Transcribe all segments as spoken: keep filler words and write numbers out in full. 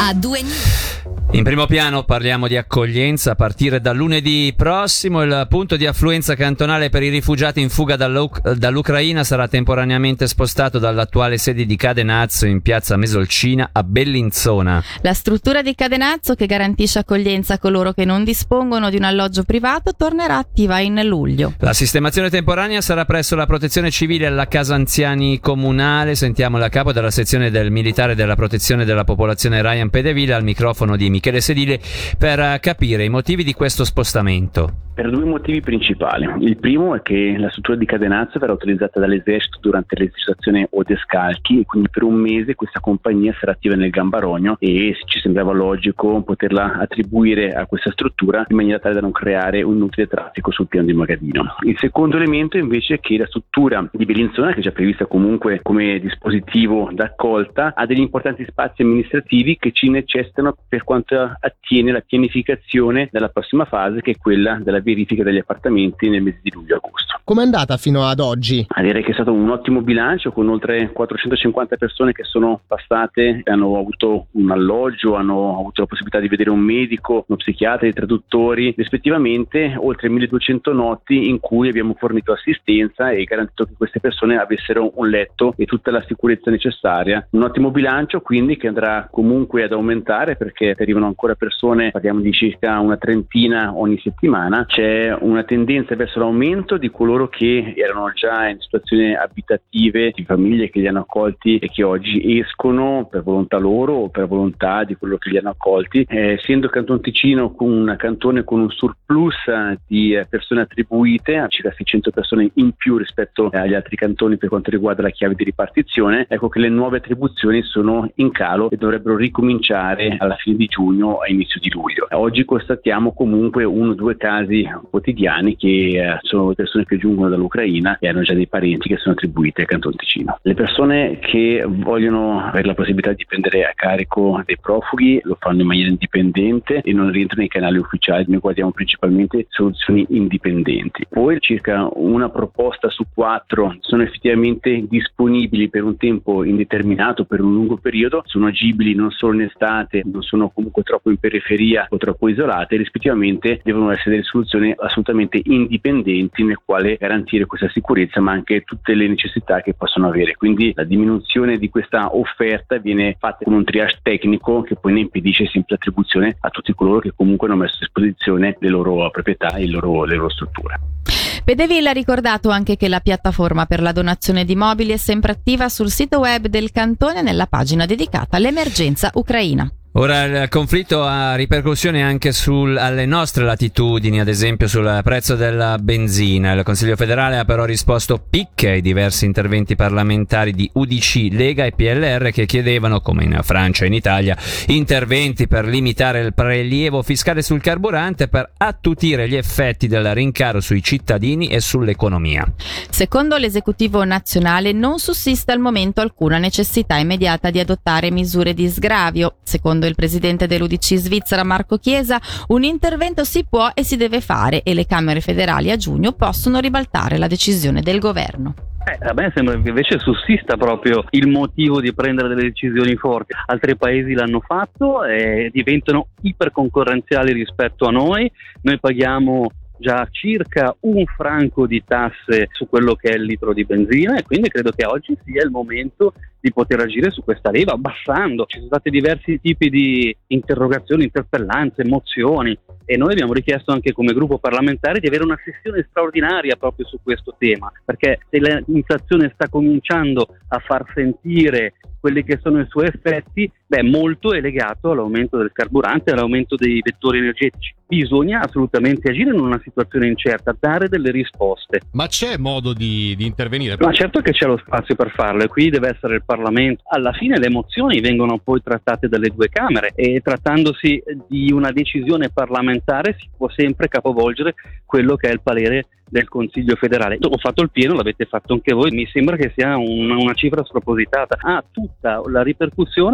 a due news. In primo piano parliamo di accoglienza. A partire da lunedì prossimo il punto di affluenza cantonale per i rifugiati in fuga dall'Uc- dall'Ucraina sarà temporaneamente spostato dall'attuale sede di Cadenazzo in piazza Mesolcina a Bellinzona. La struttura di Cadenazzo, che garantisce accoglienza a coloro che non dispongono di un alloggio privato, tornerà attiva in luglio. La sistemazione temporanea sarà presso la protezione civile alla casa anziani comunale. Sentiamo la capo della sezione del militare della protezione della popolazione Ryan Pedeville al microfono di Michele Sedile per capire i motivi di questo spostamento. Per due motivi principali. Il primo è che la struttura di Cadenazzo verrà utilizzata dall'esercito durante l'esercitazione Odescalchi e quindi per un mese questa compagnia sarà attiva nel Gambarogno e ci sembrava logico poterla attribuire a questa struttura in maniera tale da non creare un inutile traffico sul piano di Mogadino. Il secondo elemento invece è che la struttura di Bellinzona, che è già prevista comunque come dispositivo d'accolta, ha degli importanti spazi amministrativi che ci necessitano per quanto attiene la pianificazione della prossima fase, che è quella della verifica degli appartamenti nel mese di luglio e agosto. Com'è andata fino ad oggi? A dire che è stato un ottimo bilancio, con oltre quattrocentocinquanta persone che sono passate, hanno avuto un alloggio, hanno avuto la possibilità di vedere un medico, uno psichiatra, dei traduttori, rispettivamente oltre milleduecento notti in cui abbiamo fornito assistenza e garantito che queste persone avessero un letto e tutta la sicurezza necessaria. Un ottimo bilancio quindi che andrà comunque ad aumentare, perché arrivano ancora persone, parliamo di circa una trentina ogni settimana. C'è una tendenza verso l'aumento di coloro che erano già in situazioni abitative, di famiglie che li hanno accolti e che oggi escono per volontà loro o per volontà di quello che li hanno accolti. Eh, essendo Canton Ticino un cantone con un surplus di persone attribuite, circa seicento persone in più rispetto agli altri cantoni per quanto riguarda la chiave di ripartizione, ecco che le nuove attribuzioni sono in calo e dovrebbero ricominciare alla fine di giugno a inizio di luglio. Oggi constatiamo comunque uno o due casi quotidiani che eh, sono persone che giungono dall'Ucraina e hanno già dei parenti che sono attribuiti al Canton Ticino. Le persone che vogliono avere la possibilità di prendere a carico dei profughi lo fanno in maniera indipendente e non rientrano nei canali ufficiali. Noi guardiamo principalmente soluzioni indipendenti. Poi circa una proposta su quattro sono effettivamente disponibili per un tempo indeterminato, per un lungo periodo, sono agibili non solo in estate, non sono comunque troppo in periferia o troppo isolate, rispettivamente devono essere delle soluzioni assolutamente indipendenti nel quale garantire questa sicurezza ma anche tutte le necessità che possono avere. Quindi la diminuzione di questa offerta viene fatta con un triage tecnico che poi ne impedisce sempre l'attribuzione a tutti coloro che comunque hanno messo a disposizione le loro proprietà e le loro, le loro strutture. Pedeville ha ricordato anche che la piattaforma per la donazione di mobili è sempre attiva sul sito web del cantone nella pagina dedicata all'emergenza ucraina. Ora il conflitto ha ripercussioni anche sul, alle nostre latitudini, ad esempio sul prezzo della benzina. Il Consiglio federale ha però risposto picche ai diversi interventi parlamentari di U D C, Lega e P L R che chiedevano, come in Francia e in Italia, interventi per limitare il prelievo fiscale sul carburante per attutire gli effetti del rincaro sui cittadini e sull'economia. Secondo l'esecutivo nazionale non sussiste al momento alcuna necessità immediata di adottare misure di sgravio. Secondo il presidente dell'U D C Svizzera Marco Chiesa, un intervento si può e si deve fare e le Camere federali a giugno possono ribaltare la decisione del governo. Eh, a me sembra che invece sussista proprio il motivo di prendere delle decisioni forti. Altri paesi l'hanno fatto e diventano iperconcorrenziali rispetto a noi. Noi paghiamo già circa un franco di tasse su quello che è il litro di benzina e quindi credo che oggi sia il momento di poter agire su questa leva abbassando. Ci sono stati diversi tipi di interrogazioni, interpellanze, mozioni e noi abbiamo richiesto anche come gruppo parlamentare di avere una sessione straordinaria proprio su questo tema, perché se l'inflazione sta cominciando a far sentire quelli che sono i suoi effetti, beh, molto è legato all'aumento del carburante e all'aumento dei vettori energetici. Bisogna assolutamente agire in una situazione incerta, dare delle risposte. Ma c'è modo di, di intervenire? Ma certo che c'è lo spazio per farlo e qui deve essere il Parlamento. Alla fine le mozioni vengono poi trattate dalle due Camere e trattandosi di una decisione parlamentare si può sempre capovolgere quello che è il parere del Consiglio federale. Ho fatto il pieno, l'avete fatto anche voi, mi sembra che sia un, una cifra spropositata. Ha tutta la ripercussione anche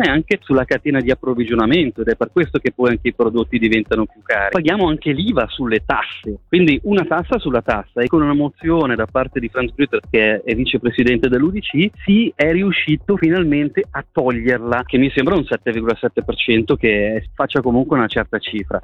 sulla catena di approvvigionamento, ed è per questo che poi anche i prodotti diventano più cari. Paghiamo anche l'I V A sulle tasse, quindi una tassa sulla tassa, e con una mozione da parte di Franz Grüter, che è vicepresidente dell'U D C, si è riuscito finalmente a toglierla, che mi sembra un sette virgola sette per cento, che faccia comunque una certa cifra.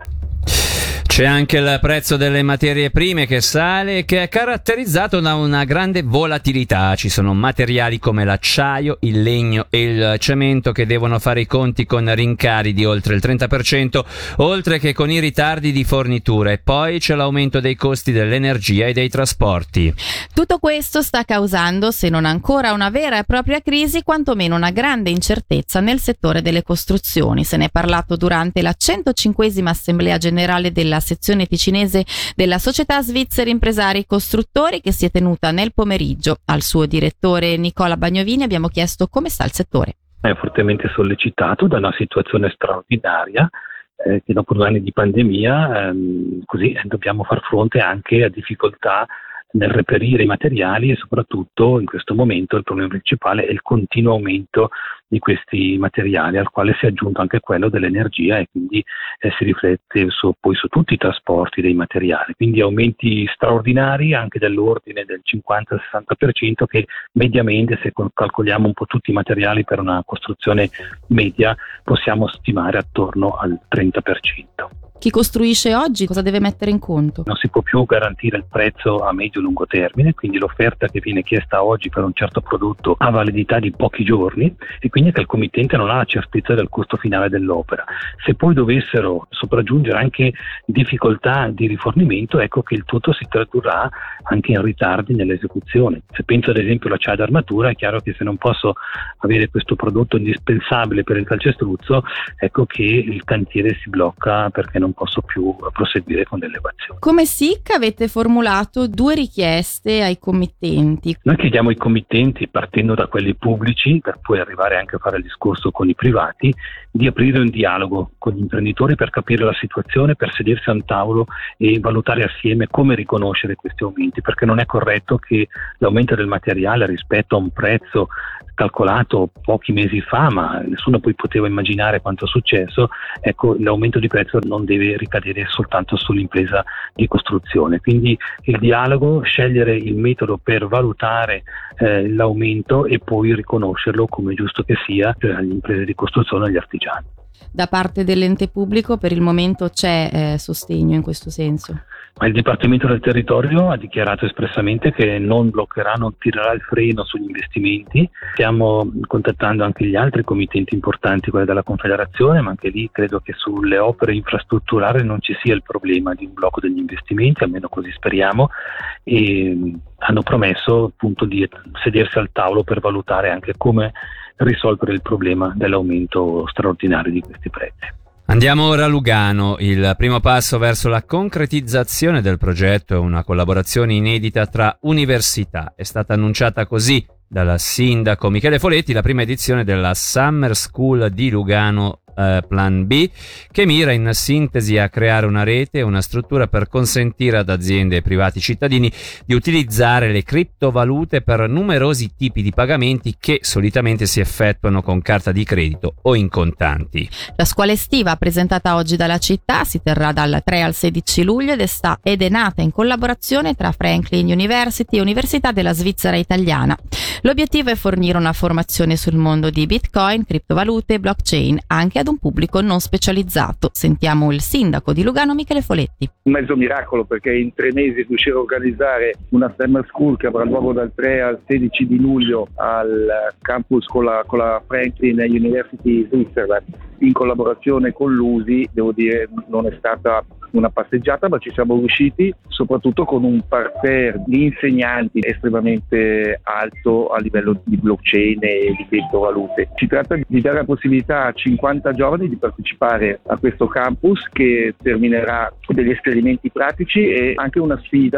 C'è anche il prezzo delle materie prime che sale, che è caratterizzato da una grande volatilità. Ci sono materiali come l'acciaio, il legno e il cemento che devono fare i conti con rincari di oltre il trenta per cento, oltre che con i ritardi di fornitura, e poi c'è l'aumento dei costi dell'energia e dei trasporti. Tutto questo sta causando, se non ancora una vera e propria crisi, quantomeno una grande incertezza nel settore delle costruzioni. Se ne è parlato durante la centocinquesima Assemblea Generale della sezione ticinese della Società Svizzera Impresari Costruttori, che si è tenuta nel pomeriggio. Al suo direttore Nicola Bagnovini abbiamo chiesto come sta il settore. È fortemente sollecitato da una situazione straordinaria eh, che dopo due anni di pandemia ehm, così eh, dobbiamo far fronte anche a difficoltà nel reperire i materiali, e soprattutto in questo momento il problema principale è il continuo aumento di questi materiali, al quale si è aggiunto anche quello dell'energia, e quindi eh, si riflette su, poi su tutti i trasporti dei materiali, quindi aumenti straordinari anche dell'ordine del cinquanta sessanta per cento, che mediamente, se calcoliamo un po' tutti i materiali per una costruzione media, possiamo stimare attorno al trenta per cento. Chi costruisce oggi cosa deve mettere in conto? Non si può più garantire il prezzo a medio-lungo termine, quindi l'offerta che viene chiesta oggi per un certo prodotto ha validità di pochi giorni, e quindi che il committente non ha la certezza del costo finale dell'opera. Se poi dovessero sopraggiungere anche difficoltà di rifornimento, ecco che il tutto si tradurrà anche in ritardi nell'esecuzione. Se penso ad esempio all'acciaio d'armatura, è chiaro che se non posso avere questo prodotto indispensabile per il calcestruzzo, ecco che il cantiere si blocca perché non posso più proseguire con l'elevazione. Come S I C avete formulato due richieste ai committenti. Noi chiediamo ai committenti, partendo da quelli pubblici, per poi arrivare anche a fare il discorso con i privati, di aprire un dialogo con gli imprenditori per capire la situazione, per sedersi a un tavolo e valutare assieme come riconoscere questi aumenti, perché non è corretto che l'aumento del materiale rispetto a un prezzo calcolato pochi mesi fa, ma nessuno poi poteva immaginare quanto è successo, ecco, l'aumento di prezzo non deve ricadere soltanto sull'impresa di costruzione. Quindi il dialogo, scegliere il metodo per valutare eh, l'aumento e poi riconoscerlo come giusto che sia per le imprese di costruzione e agli artigiani. Da parte dell'ente pubblico per il momento c'è eh, sostegno in questo senso? Ma il Dipartimento del Territorio ha dichiarato espressamente che non bloccherà, non tirerà il freno sugli investimenti. Stiamo contattando anche gli altri committenti importanti, quelli della Confederazione, ma anche lì credo che sulle opere infrastrutturali non ci sia il problema di un blocco degli investimenti, almeno così speriamo, e hanno promesso appunto di sedersi al tavolo per valutare anche come risolvere il problema dell'aumento straordinario di questi prezzi. Andiamo ora a Lugano. Il primo passo verso la concretizzazione del progetto è una collaborazione inedita tra università. È stata annunciata così dal sindaco Michele Foletti la prima edizione della Summer School di Lugano eh, Plan B, che mira in sintesi a creare una rete e una struttura per consentire ad aziende e privati cittadini di utilizzare le criptovalute per numerosi tipi di pagamenti che solitamente si effettuano con carta di credito o in contanti. La scuola estiva presentata oggi dalla città si terrà dal tre al sedici luglio ed è, sta, ed è nata in collaborazione tra Franklin University e Università della Svizzera Italiana. L'obiettivo è fornire una formazione sul mondo di Bitcoin, criptovalute e blockchain anche ad un pubblico non specializzato. Sentiamo il sindaco di Lugano, Michele Foletti. Un mezzo miracolo, perché in tre mesi riuscire a organizzare una Summer School che avrà luogo dal tre al sedici di luglio al campus con la, con la Franklin University Switzerland in collaborazione con l'U S I, devo dire non è stata una passeggiata, ma ci siamo riusciti soprattutto con un parterre di insegnanti estremamente alto a livello di blockchain e di criptovalute. Si tratta di dare la possibilità a cinquanta giovani di partecipare a questo campus che terminerà degli esperimenti pratici e anche una sfida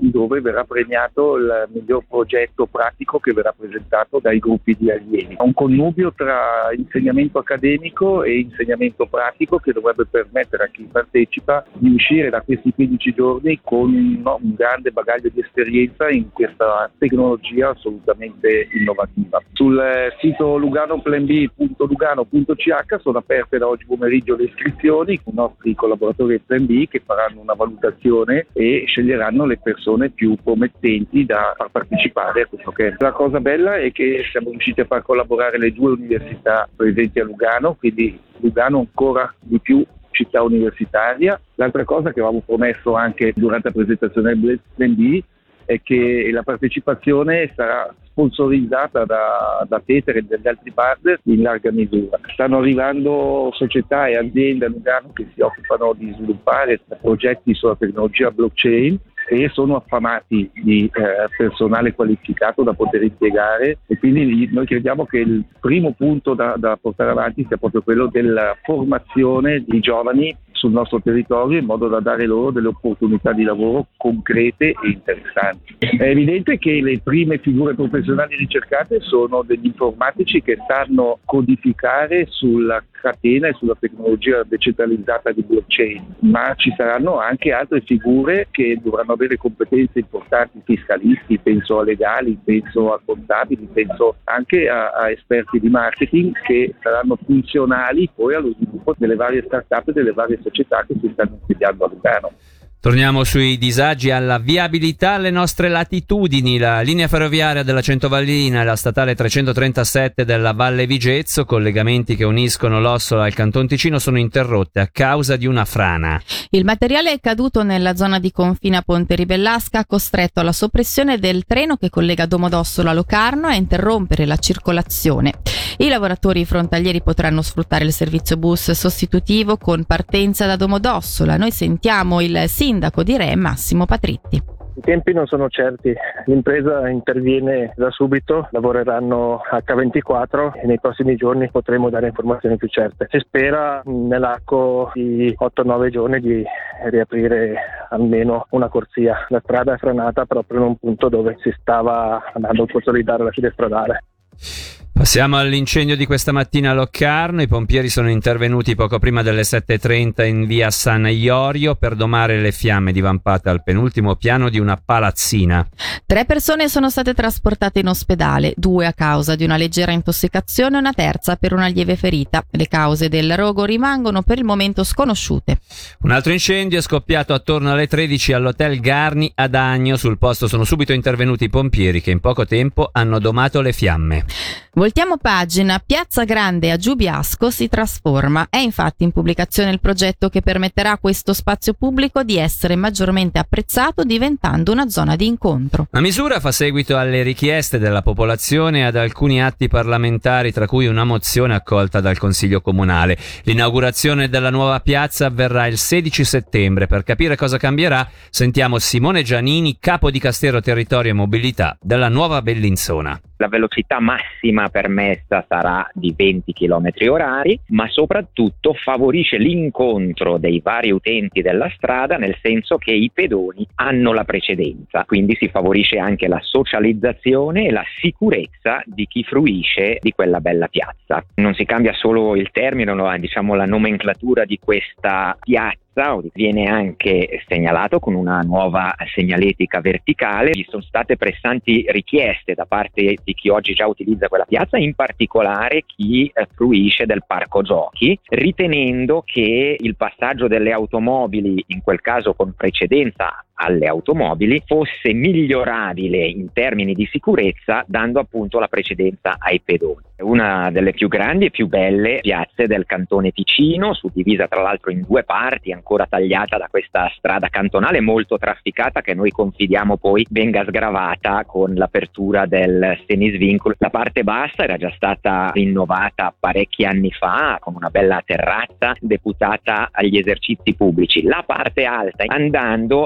dove verrà premiato il miglior progetto pratico che verrà presentato dai gruppi di allievi. Un connubio tra insegnamento accademico e insegnamento pratico che dovrebbe permettere a chi partecipa di uscire da questi quindici giorni con no, un grande bagaglio di esperienza in questa tecnologia assolutamente innovativa. Sul sito lugano plan b punto lugano punto c h sono aperte da oggi pomeriggio le iscrizioni con i nostri collaboratori del Plan B che faranno una valutazione e sceglieranno le persone più promettenti da far partecipare a questo camp. La cosa bella è che siamo riusciti a far collaborare le due università presenti a Lugano, quindi Lugano ancora di più città universitaria. L'altra cosa che avevamo promesso anche durante la presentazione del Plan B è che la partecipazione sarà sponsorizzata da, da Tether e dagli altri partner in larga misura. Stanno arrivando società e aziende a Lugano che si occupano di sviluppare progetti sulla tecnologia blockchain e sono affamati di eh, personale qualificato da poter impiegare, e quindi noi crediamo che il primo punto da, da portare avanti sia proprio quello della formazione di giovani sul nostro territorio in modo da dare loro delle opportunità di lavoro concrete e interessanti. È evidente che le prime figure professionali ricercate sono degli informatici che sanno codificare sulla catena e sulla tecnologia decentralizzata di blockchain, ma ci saranno anche altre figure che dovranno avere competenze importanti, fiscalisti, penso a legali, penso a contabili, penso anche a, a esperti di marketing che saranno funzionali poi allo sviluppo delle varie start-up e delle varie società che si stanno insediando a Lugano. Torniamo sui disagi alla viabilità alle nostre latitudini. La linea ferroviaria della Centovallina e la statale trecentotrentasette della Valle Vigezzo, collegamenti che uniscono l'Ossola al Canton Ticino, sono interrotte a causa di una frana. Il materiale è caduto nella zona di confine a Ponte Ribellasca, ha costretto alla soppressione del treno che collega Domodossola a Locarno e a interrompere la circolazione. I lavoratori frontalieri potranno sfruttare il servizio bus sostitutivo con partenza da Domodossola. Noi sentiamo il sindaco di Re, Massimo Patritti. I tempi non sono certi, l'impresa interviene da subito, lavoreranno acca ventiquattro e nei prossimi giorni potremo dare informazioni più certe. Si spera nell'arco di otto nove giorni di riaprire almeno una corsia. La strada è frenata proprio in un punto dove si stava andando a consolidare la sede stradale. Passiamo all'incendio di questa mattina a Locarno. I pompieri sono intervenuti poco prima delle sette e trenta in via San Iorio per domare le fiamme divampate al penultimo piano di una palazzina. Tre persone sono state trasportate in ospedale, due a causa di una leggera intossicazione e una terza per una lieve ferita. Le cause del rogo rimangono per il momento sconosciute. Un altro incendio è scoppiato attorno alle tredici all'hotel Garni ad Agno. Sul posto sono subito intervenuti i pompieri che in poco tempo hanno domato le fiamme. Voltiamo pagina. Piazza Grande a Giubiasco si trasforma. È infatti in pubblicazione il progetto che permetterà a questo spazio pubblico di essere maggiormente apprezzato, diventando una zona di incontro. La misura fa seguito alle richieste della popolazione e ad alcuni atti parlamentari, tra cui una mozione accolta dal Consiglio Comunale. L'inaugurazione della nuova piazza avverrà il sedici settembre. Per capire cosa cambierà, sentiamo Simone Giannini, capo di Castero Territorio e Mobilità della nuova Bellinzona. La velocità massima permessa sarà di venti chilometri orari, ma soprattutto favorisce l'incontro dei vari utenti della strada, nel senso che i pedoni hanno la precedenza, quindi si favorisce anche la socializzazione e la sicurezza di chi fruisce di quella bella piazza. Non si cambia solo il termine, no, diciamo la nomenclatura di questa piazza, viene anche segnalato con una nuova segnaletica verticale. Ci sono state pressanti richieste da parte di chi oggi già utilizza quella piazza, in particolare chi eh, fruisce del parco giochi, ritenendo che il passaggio delle automobili, in quel caso con precedenza alle automobili, fosse migliorabile in termini di sicurezza, dando appunto la precedenza ai pedoni. È una delle più grandi e più belle piazze del Cantone Ticino, suddivisa tra l'altro in due parti, ancora tagliata da questa strada cantonale molto trafficata che noi confidiamo poi venga sgravata con l'apertura del semisvincolo. La parte bassa era già stata rinnovata parecchi anni fa con una bella terrazza deputata agli esercizi pubblici. La parte alta, andando a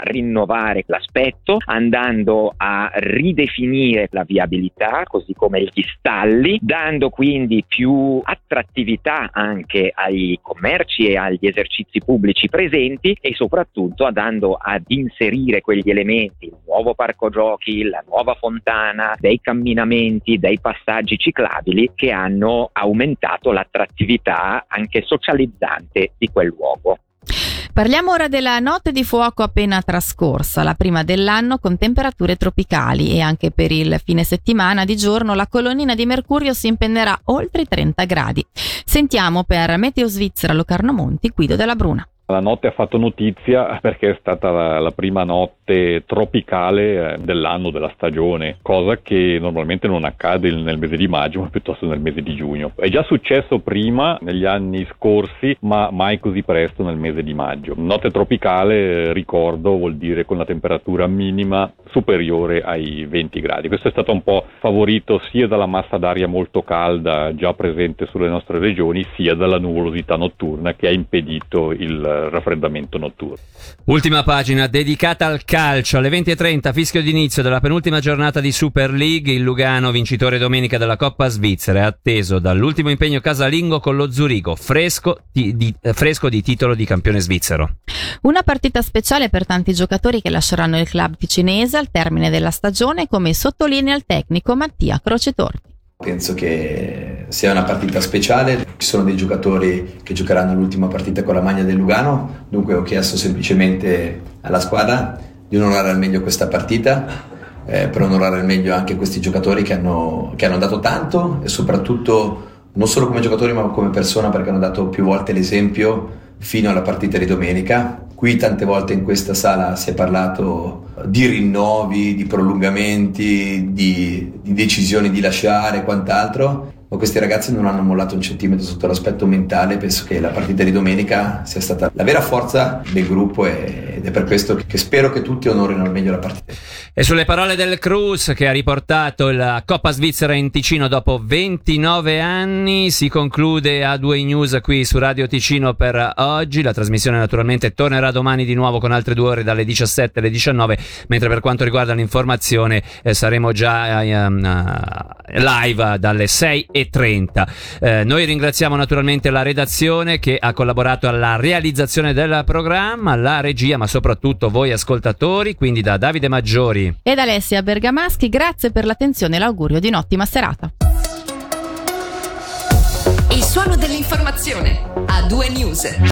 rinnovare l'aspetto, andando a ridefinire la viabilità, così come gli stalli, dando quindi più attrattività anche ai commerci e agli esercizi pubblici presenti e soprattutto andando ad inserire quegli elementi, il nuovo parco giochi, la nuova fontana, dei camminamenti, dei passaggi ciclabili che hanno aumentato l'attrattività anche socializzante di quel luogo. Parliamo ora della notte di fuoco appena trascorsa, la prima dell'anno con temperature tropicali, e anche per il fine settimana di giorno la colonnina di mercurio si impennerà oltre i trenta gradi. Sentiamo per Meteo Svizzera Locarno Monti Guido Della Bruna. La notte ha fatto notizia perché è stata la, la prima notte tropicale dell'anno, della stagione, cosa che normalmente non accade nel mese di maggio, ma piuttosto nel mese di giugno. È già successo prima, negli anni scorsi, ma mai così presto nel mese di maggio. Notte tropicale, ricordo, vuol dire con la temperatura minima superiore ai venti gradi. Questo è stato un po' favorito sia dalla massa d'aria molto calda già presente sulle nostre regioni, sia dalla nuvolosità notturna che ha impedito il raffreddamento notturno. Ultima pagina dedicata al calcio. Alle venti e trenta, fischio d'inizio della penultima giornata di Super League. Il Lugano, vincitore domenica della Coppa Svizzera, è atteso dall'ultimo impegno casalingo con lo Zurigo, fresco di, di, fresco di titolo di campione svizzero. Una partita speciale per tanti giocatori che lasceranno il club ticinese al termine della stagione, come sottolinea il tecnico Mattia Crocetorti. Penso che sia una partita speciale, ci sono dei giocatori che giocheranno l'ultima partita con la maglia del Lugano, dunque ho chiesto semplicemente alla squadra di onorare al meglio questa partita, eh, per onorare al meglio anche questi giocatori che hanno, che hanno dato tanto, e soprattutto non solo come giocatori ma come persona, perché hanno dato più volte l'esempio fino alla partita di domenica. Qui tante volte in questa sala si è parlato di rinnovi, di prolungamenti, di, di decisioni di lasciare e quant'altro, ma questi ragazzi non hanno mollato un centimetro sotto l'aspetto mentale. Penso che la partita di domenica sia stata la vera forza del gruppo, ed è per questo che spero che tutti onorino al meglio la partita. E sulle parole del Cruz, che ha riportato la Coppa Svizzera in Ticino dopo ventinove anni, si conclude A due News qui su Radio Ticino per oggi. La trasmissione naturalmente tornerà domani di nuovo con altre due ore dalle diciassette alle diciannove, mentre per quanto riguarda l'informazione eh, saremo già eh, um, live dalle sei e trenta. Eh, noi ringraziamo naturalmente la redazione che ha collaborato alla realizzazione del programma, la regia, ma soprattutto voi ascoltatori, quindi da Davide Maggiori ed Alessia Bergamaschi, grazie per l'attenzione e l'augurio di un'ottima serata. Il suono dell'informazione. A due News.